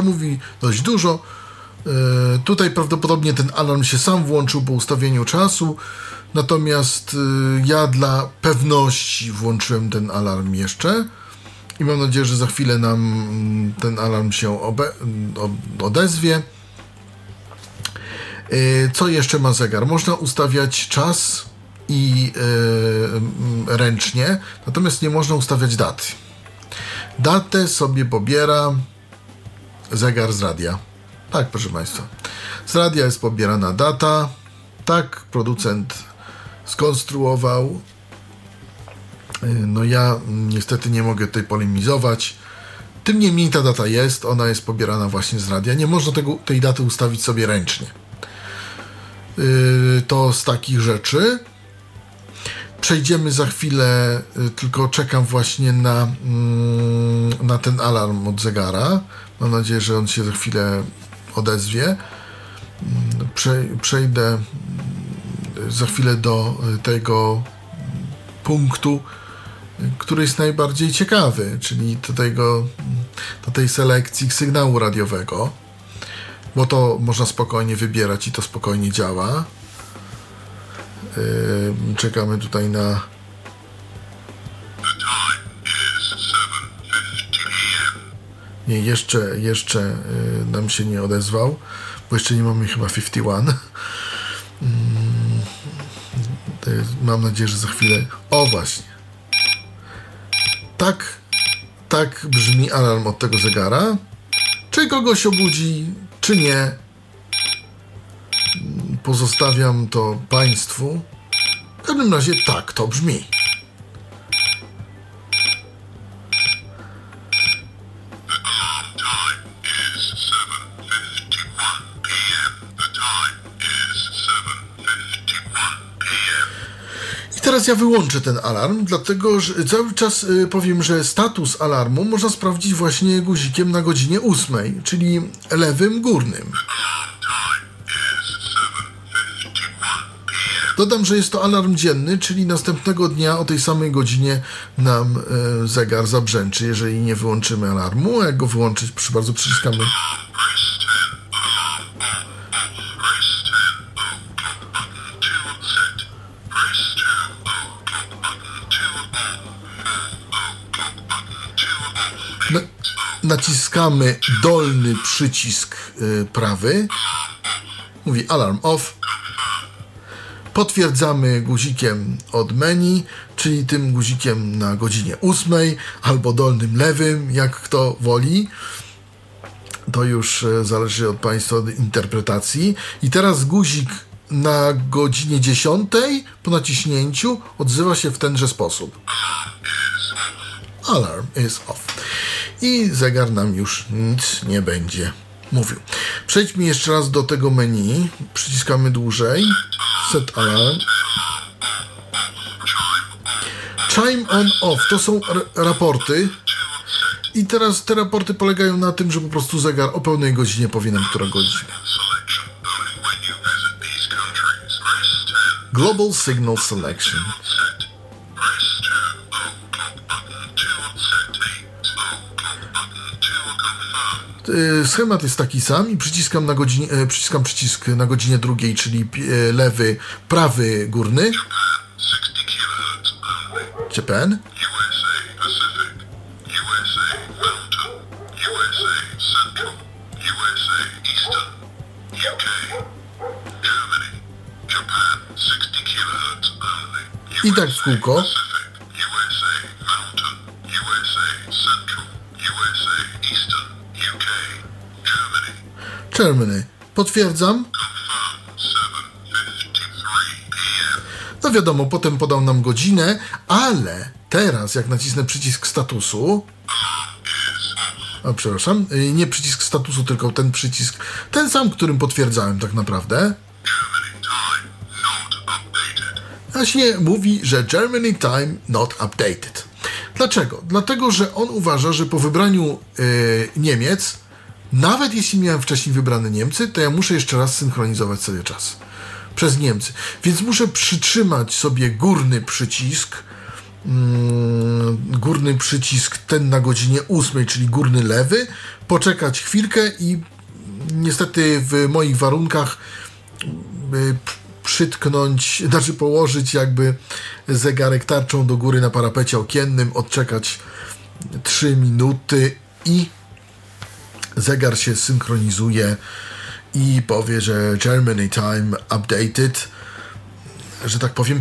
Tutaj prawdopodobnie ten alarm się sam włączył po ustawieniu czasu, natomiast ja dla pewności włączyłem ten alarm jeszcze i mam nadzieję, że za chwilę nam ten alarm się odezwie. Co jeszcze ma zegar? Można ustawiać czas i ręcznie, natomiast nie można ustawiać daty. Datę sobie pobiera zegar z radia. Tak, proszę Państwa. Z radia jest pobierana data. Tak producent skonstruował. No ja niestety nie mogę tutaj polemizować. Tym niemniej ta data jest. Ona jest pobierana właśnie z radia. Nie można tej daty ustawić sobie ręcznie. To z takich rzeczy. Przejdziemy za chwilę, tylko czekam właśnie na ten alarm od zegara. Mam nadzieję, że on się za chwilę odezwie. Przejdę za chwilę do tego punktu, który jest najbardziej ciekawy, czyli do tej selekcji sygnału radiowego, bo to można spokojnie wybierać i to spokojnie działa. Czekamy tutaj na... Nie, jeszcze nam się nie odezwał, bo jeszcze nie mamy chyba 51. Mam nadzieję, że za chwilę... O, właśnie. Tak brzmi alarm od tego zegara. Czy kogoś obudzi, czy nie, pozostawiam to Państwu. W każdym razie tak to brzmi. Teraz ja wyłączę ten alarm, dlatego że cały czas powiem, że status alarmu można sprawdzić właśnie guzikiem na godzinie 8, czyli lewym górnym. Dodam, że jest to alarm dzienny, czyli następnego dnia o tej samej godzinie nam zegar zabrzęczy, jeżeli nie wyłączymy alarmu. A jak go wyłączyć, proszę bardzo, przyciskamy. Naciskamy dolny przycisk prawy. Mówi alarm off. Potwierdzamy guzikiem od menu, czyli tym guzikiem na godzinie 8 albo dolnym lewym, jak kto woli. To już zależy od Państwa od interpretacji. I teraz guzik na godzinie 10 po naciśnięciu odzywa się w tenże sposób. Alarm is off. I zegar nam już nic nie będzie mówił. Przejdźmy jeszcze raz do tego menu. Przyciskamy dłużej. Set alarm. Chime on off. To są raporty. I teraz te raporty polegają na tym, że po prostu zegar o pełnej godzinie powie nam, która godzina. Global Signal Selection. Schemat jest taki sam i przyciskam przycisk na godzinie 2, czyli lewy, prawy górny. Japan. I tak w kółko. Germany. Potwierdzam. No wiadomo, potem podał nam godzinę, ale teraz jak nacisnę przycisk statusu... przepraszam, nie przycisk statusu, tylko ten przycisk, ten sam, którym potwierdzałem tak naprawdę. Właśnie mówi, że Germany time not updated. Dlaczego? Dlatego, że on uważa, że po wybraniu Niemiec, nawet jeśli miałem wcześniej wybrane Niemcy, to ja muszę jeszcze raz synchronizować sobie czas przez Niemcy. Więc muszę przytrzymać sobie górny przycisk ten na godzinie 8, czyli górny lewy, poczekać chwilkę i niestety w moich warunkach położyć jakby zegarek tarczą do góry na parapecie okiennym, odczekać 3 minuty i zegar się synchronizuje i powie, że Germany time updated, że tak powiem.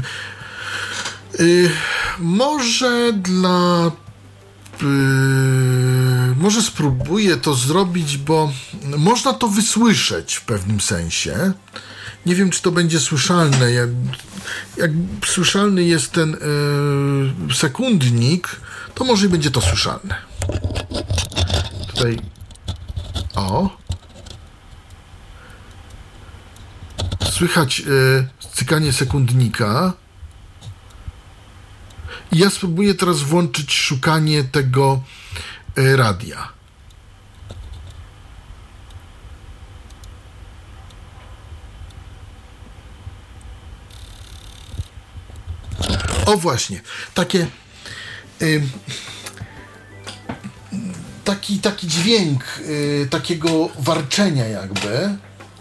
Może spróbuję to zrobić, bo można to wysłyszeć w pewnym sensie. Nie wiem, czy to będzie słyszalne. Jak słyszalny jest ten sekundnik, to może będzie to słyszalne. Tutaj słychać cykanie sekundnika. I ja spróbuję teraz włączyć szukanie tego radia. O właśnie, taki dźwięk takiego warczenia jakby.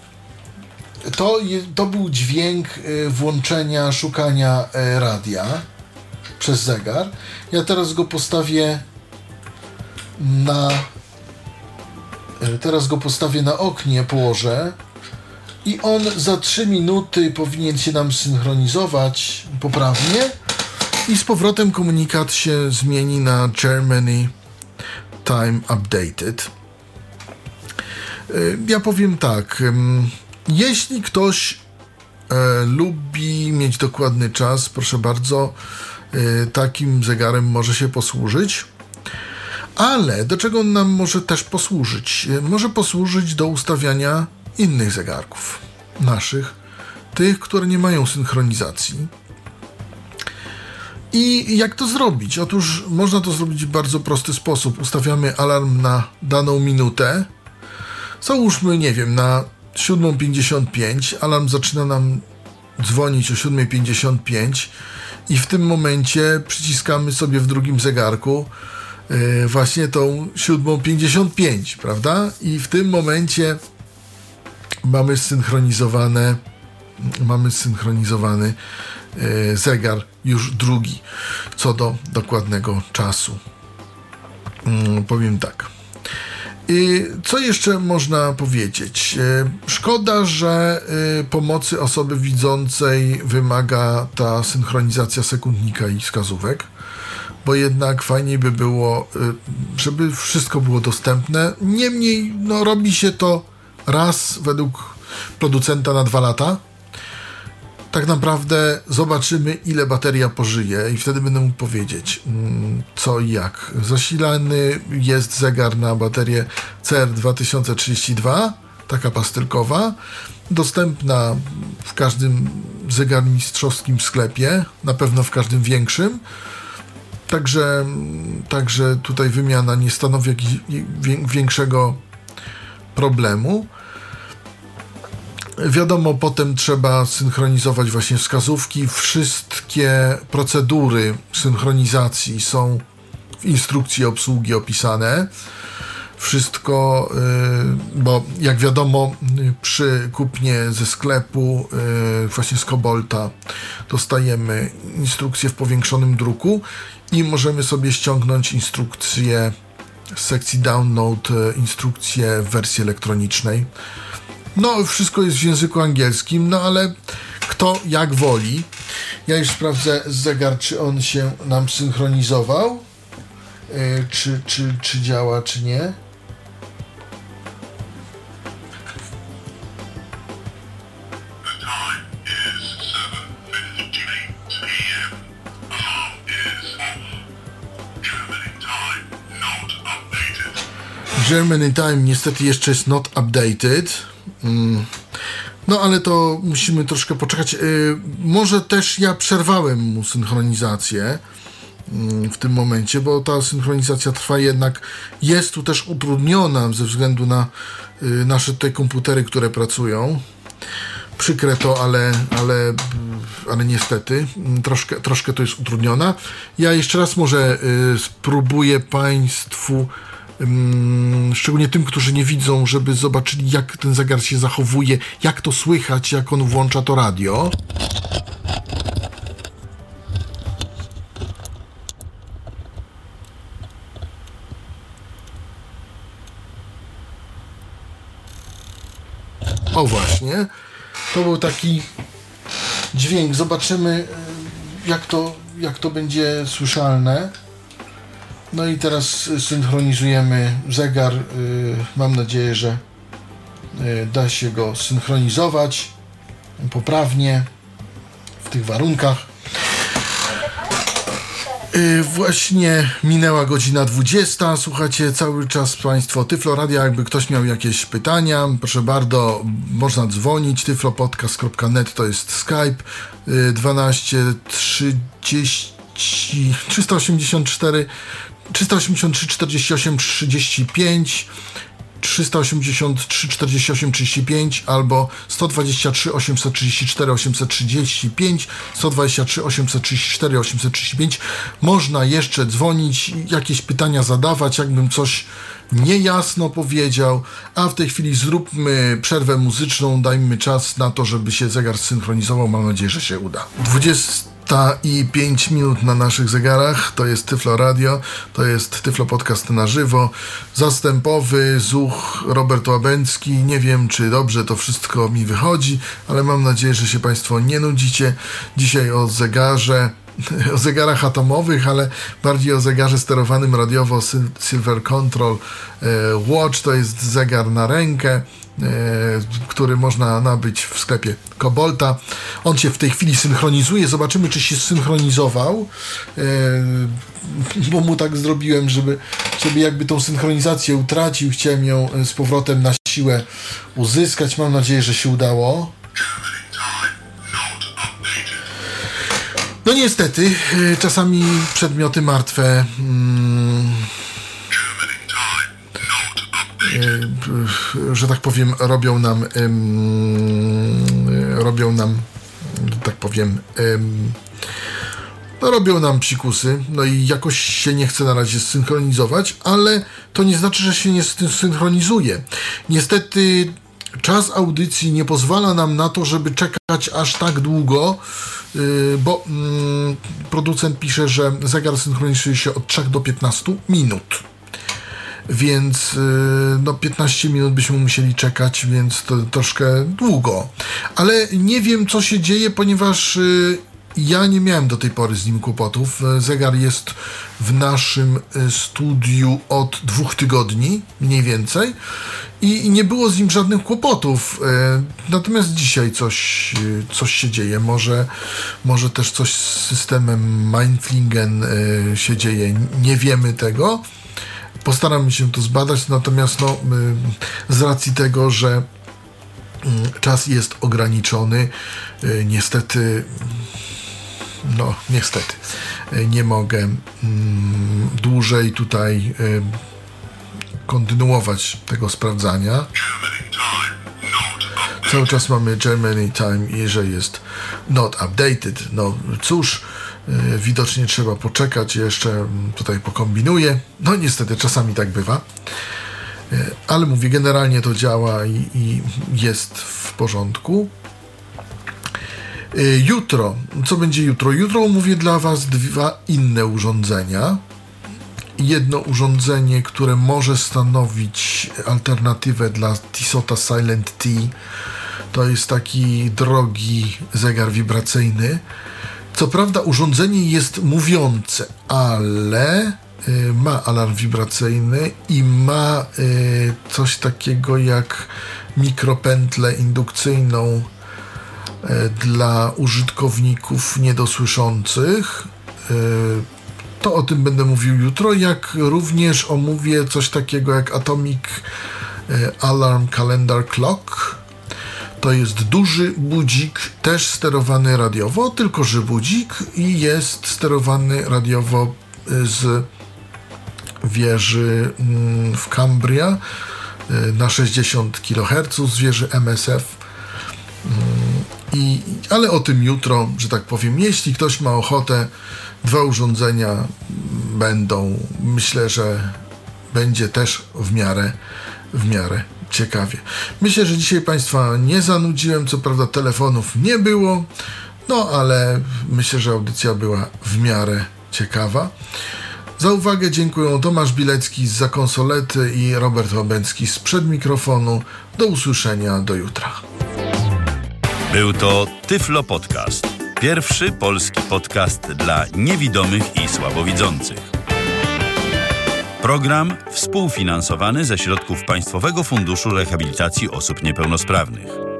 To był dźwięk włączenia, szukania radia przez zegar. Ja teraz go postawię na Teraz go postawię na oknie, położę i on za 3 minuty powinien się nam synchronizować poprawnie i z powrotem komunikat się zmieni na Germany Time Updated. Ja powiem tak, jeśli ktoś lubi mieć dokładny czas, proszę bardzo, takim zegarem może się posłużyć. Ale do czego on nam może też posłużyć? Może posłużyć do ustawiania innych zegarków, naszych, tych, które nie mają synchronizacji. I jak to zrobić? Otóż można to zrobić w bardzo prosty sposób. Ustawiamy alarm na daną minutę. Załóżmy, nie wiem, na 7:55. Alarm zaczyna nam dzwonić o 7:55 i w tym momencie przyciskamy sobie w drugim zegarku właśnie tą 7:55, prawda? I w tym momencie mamy zsynchronizowany zegar już drugi co do dokładnego czasu. Powiem tak. Co jeszcze można powiedzieć? Szkoda, że pomocy osoby widzącej wymaga ta synchronizacja sekundnika i wskazówek, bo jednak fajniej by było, żeby wszystko było dostępne. Niemniej robi się to raz według producenta na 2 lata. Tak naprawdę zobaczymy, ile bateria pożyje i wtedy będę mógł powiedzieć, co i jak. Zasilany jest zegar na baterię CR2032, taka pastylkowa, dostępna w każdym zegarmistrzowskim sklepie, na pewno w każdym większym. Także tutaj wymiana nie stanowi jakiegoś większego problemu. Wiadomo, potem trzeba synchronizować właśnie wskazówki. Wszystkie procedury synchronizacji są w instrukcji obsługi opisane. Wszystko, bo jak wiadomo, przy kupnie ze sklepu, właśnie z Cobolta, dostajemy instrukcję w powiększonym druku i możemy sobie ściągnąć instrukcję z sekcji download, instrukcję w wersji elektronicznej. Wszystko jest w języku angielskim, ale kto jak woli. Ja już sprawdzę zegar, czy on się nam synchronizował, czy działa, czy nie. Germany Time niestety jeszcze jest not updated. Ale to musimy troszkę poczekać. Może też ja przerwałem mu synchronizację w tym momencie, bo ta synchronizacja trwa jednak. Jest tu też utrudniona ze względu na nasze te komputery, które pracują. Przykre to, ale niestety troszkę to jest utrudniona. Ja jeszcze raz może spróbuję Państwu, szczególnie tym, którzy nie widzą, żeby zobaczyli, jak ten zegar się zachowuje, jak to słychać, jak on włącza to radio. O właśnie, to był taki dźwięk. Zobaczymy, jak to będzie słyszalne. I teraz synchronizujemy zegar. Mam nadzieję, że da się go synchronizować poprawnie w tych warunkach. Właśnie minęła godzina 20. Słuchacie cały czas Państwo Tyflo Radia. Jakby ktoś miał jakieś pytania, proszę bardzo, można dzwonić. tyflopodcast.net to jest Skype. 383 48 35 383 48 35 albo 123 834 835 123 834 835. Można jeszcze dzwonić, jakieś pytania zadawać, jakbym coś niejasno powiedział, a w tej chwili zróbmy przerwę muzyczną, dajmy czas na to, żeby się zegar zsynchronizował. Mam nadzieję, że się uda. 20 9:05 na naszych zegarach. To jest Tyflo Radio, to jest Tyflo Podcast na żywo. Zastępowy Zuch, Robert Łabęcki. Nie wiem, czy dobrze to wszystko mi wychodzi, ale mam nadzieję, że się Państwo nie nudzicie. Dzisiaj o zegarach atomowych, ale bardziej o zegarze sterowanym radiowo Silver Control Watch. To jest zegar na rękę, który można nabyć w sklepie Cobolta. On się w tej chwili synchronizuje. Zobaczymy, czy się zsynchronizował, bo mu tak zrobiłem, żeby jakby tą synchronizację utracił. Chciałem ją z powrotem na siłę uzyskać. Mam nadzieję, że się udało. No niestety, czasami przedmioty martwe że tak powiem, robią nam psikusy, no i jakoś się nie chce na razie zsynchronizować, ale to nie znaczy, że się nie synchronizuje. Niestety czas audycji nie pozwala nam na to, żeby czekać aż tak długo, bo producent pisze, że zegar synchronizuje się od 3 do 15 minut. Więc 15 minut byśmy musieli czekać, więc to troszkę długo. Ale nie wiem, co się dzieje, ponieważ ja nie miałem do tej pory z nim kłopotów. Zegar jest w naszym studiu od 2 tygodni, mniej więcej, i nie było z nim żadnych kłopotów. Natomiast dzisiaj coś się dzieje. Może też coś z systemem Mainflingen się dzieje. Nie wiemy tego. Postaramy się to zbadać, natomiast z racji tego, że czas jest ograniczony, niestety nie mogę dłużej tutaj kontynuować tego sprawdzania. Cały czas mamy Germany Time i że jest not updated. No cóż, widocznie trzeba poczekać, jeszcze tutaj pokombinuję. No niestety, czasami tak bywa. Ale mówię, generalnie to działa i jest w porządku. Jutro, co będzie jutro? Jutro omówię dla Was 2 inne urządzenia. Jedno urządzenie, które może stanowić alternatywę dla Tissota Silent T. To jest taki drogi zegar wibracyjny. Co prawda urządzenie jest mówiące, ale ma alarm wibracyjny i ma coś takiego jak mikropętlę indukcyjną dla użytkowników niedosłyszących. To o tym będę mówił jutro, jak również omówię coś takiego jak Atomic Alarm Calendar Clock. To jest duży budzik, też sterowany radiowo, tylko że budzik i jest sterowany radiowo z wieży w Cambria na 60 kHz, z wieży MSF. Ale o tym jutro, że tak powiem. Jeśli ktoś ma ochotę, 2 urządzenia będą. Myślę, że będzie też w miarę ciekawie. Myślę, że dzisiaj Państwa nie zanudziłem, co prawda telefonów nie było, ale myślę, że audycja była w miarę ciekawa. Za uwagę dziękuję Tomasz Bilecki zza konsolety i Robert Łabęcki sprzed mikrofonu. Do usłyszenia, do jutra. Był to Tyflo Podcast. Pierwszy polski podcast dla niewidomych i słabowidzących. Program współfinansowany ze środków Państwowego Funduszu Rehabilitacji Osób Niepełnosprawnych.